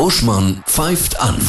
Uschmann pfeift an.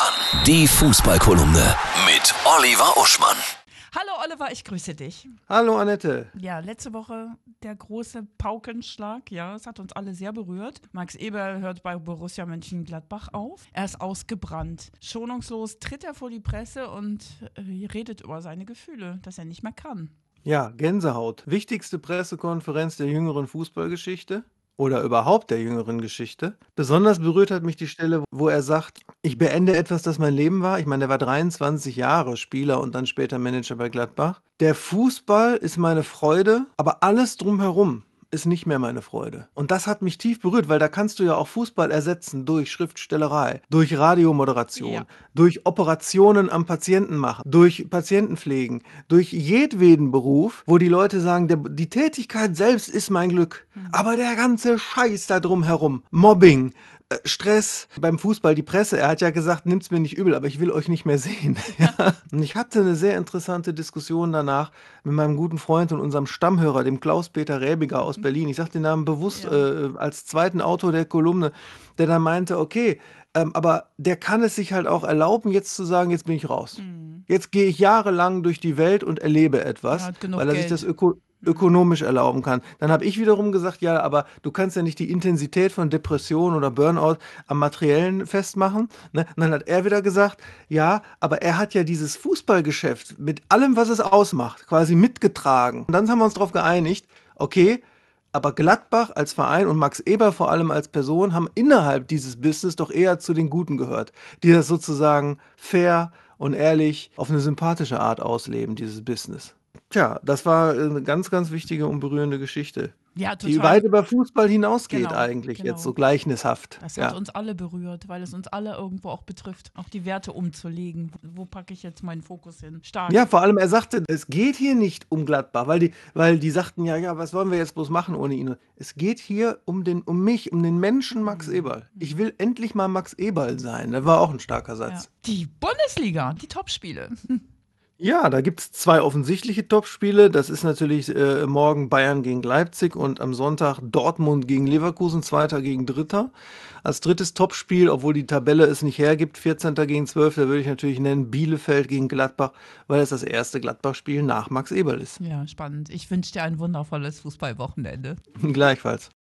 Die Fußballkolumne mit Oliver Uschmann. Hallo Oliver, ich grüße dich. Hallo Annette. Ja, letzte Woche der große Paukenschlag, ja, es hat uns alle sehr berührt. Max Eberl hört bei Borussia Mönchengladbach auf. Er ist ausgebrannt. Schonungslos tritt er vor die Presse und redet über seine Gefühle, dass er nicht mehr kann. Ja, Gänsehaut. Wichtigste Pressekonferenz der jüngeren Fußballgeschichte oder überhaupt der jüngeren Geschichte. Besonders berührt hat mich die Stelle, wo er sagt, ich beende etwas, das mein Leben war. Ich meine, er war 23 Jahre Spieler und dann später Manager bei Gladbach. Der Fußball ist meine Freude, aber alles drumherum ist nicht mehr meine Freude. Und das hat mich tief berührt, weil da kannst du ja auch Fußball ersetzen durch Schriftstellerei, durch Radiomoderation, Ja. durch Operationen am Patienten machen, durch Patientenpflegen, durch jedweden Beruf, wo die Leute sagen, die Tätigkeit selbst ist mein Glück. Aber der ganze Scheiß da drumherum, Mobbing, Stress beim Fußball, die Presse, er hat ja gesagt, nimmt's mir nicht übel, aber ich will euch nicht mehr sehen. Ja. Und ich hatte eine sehr interessante Diskussion danach mit meinem guten Freund und unserem Stammhörer, dem Klaus-Peter Räbiger aus Berlin. Ich sage den Namen bewusst als zweiten Autor der Kolumne, der dann meinte, okay, aber der kann es sich halt auch erlauben, jetzt zu sagen, jetzt bin ich raus. Jetzt gehe ich jahrelang durch die Welt und erlebe etwas, Er hat genug weil er sich Geld. das ökonomisch erlauben kann. Dann habe ich wiederum gesagt, ja, aber du kannst ja nicht die Intensität von Depression oder Burnout am Materiellen festmachen. Ne? Und dann hat er wieder gesagt, ja, aber er hat ja dieses Fußballgeschäft mit allem, was es ausmacht, quasi mitgetragen. Und dann haben wir uns darauf geeinigt, okay, aber Gladbach als Verein und Max Eber vor allem als Person haben innerhalb dieses Business doch eher zu den Guten gehört, die das sozusagen fair und ehrlich auf eine sympathische Art ausleben, dieses Business. Tja, das war eine ganz, ganz wichtige und berührende Geschichte, Ja, die weit total. über Fußball hinausgeht Genau, eigentlich, genau. jetzt so gleichnishaft. Das hat Ja. uns alle berührt, weil es uns alle irgendwo auch betrifft, auch die Werte umzulegen. Wo packe ich jetzt meinen Fokus hin? Stark. Ja, vor allem er sagte, es geht hier nicht um Gladbach, weil die sagten, ja, was wollen wir jetzt bloß machen ohne ihn? Es geht hier um mich, um den Menschen Max Eberl. Ich will endlich mal Max Eberl sein. Das war auch ein starker Ja. Satz. Die Bundesliga, die Topspiele. Ja, da gibt's 2 offensichtliche Topspiele. Das ist natürlich morgen Bayern gegen Leipzig und am Sonntag Dortmund gegen Leverkusen, Zweiter gegen Dritter. Als drittes Topspiel, obwohl die Tabelle es nicht hergibt, 14. gegen 12., da würde ich natürlich nennen Bielefeld gegen Gladbach, weil es das erste Gladbach-Spiel nach Max Eberl ist. Ja, spannend. Ich wünsche dir ein wundervolles Fußballwochenende. Gleichfalls.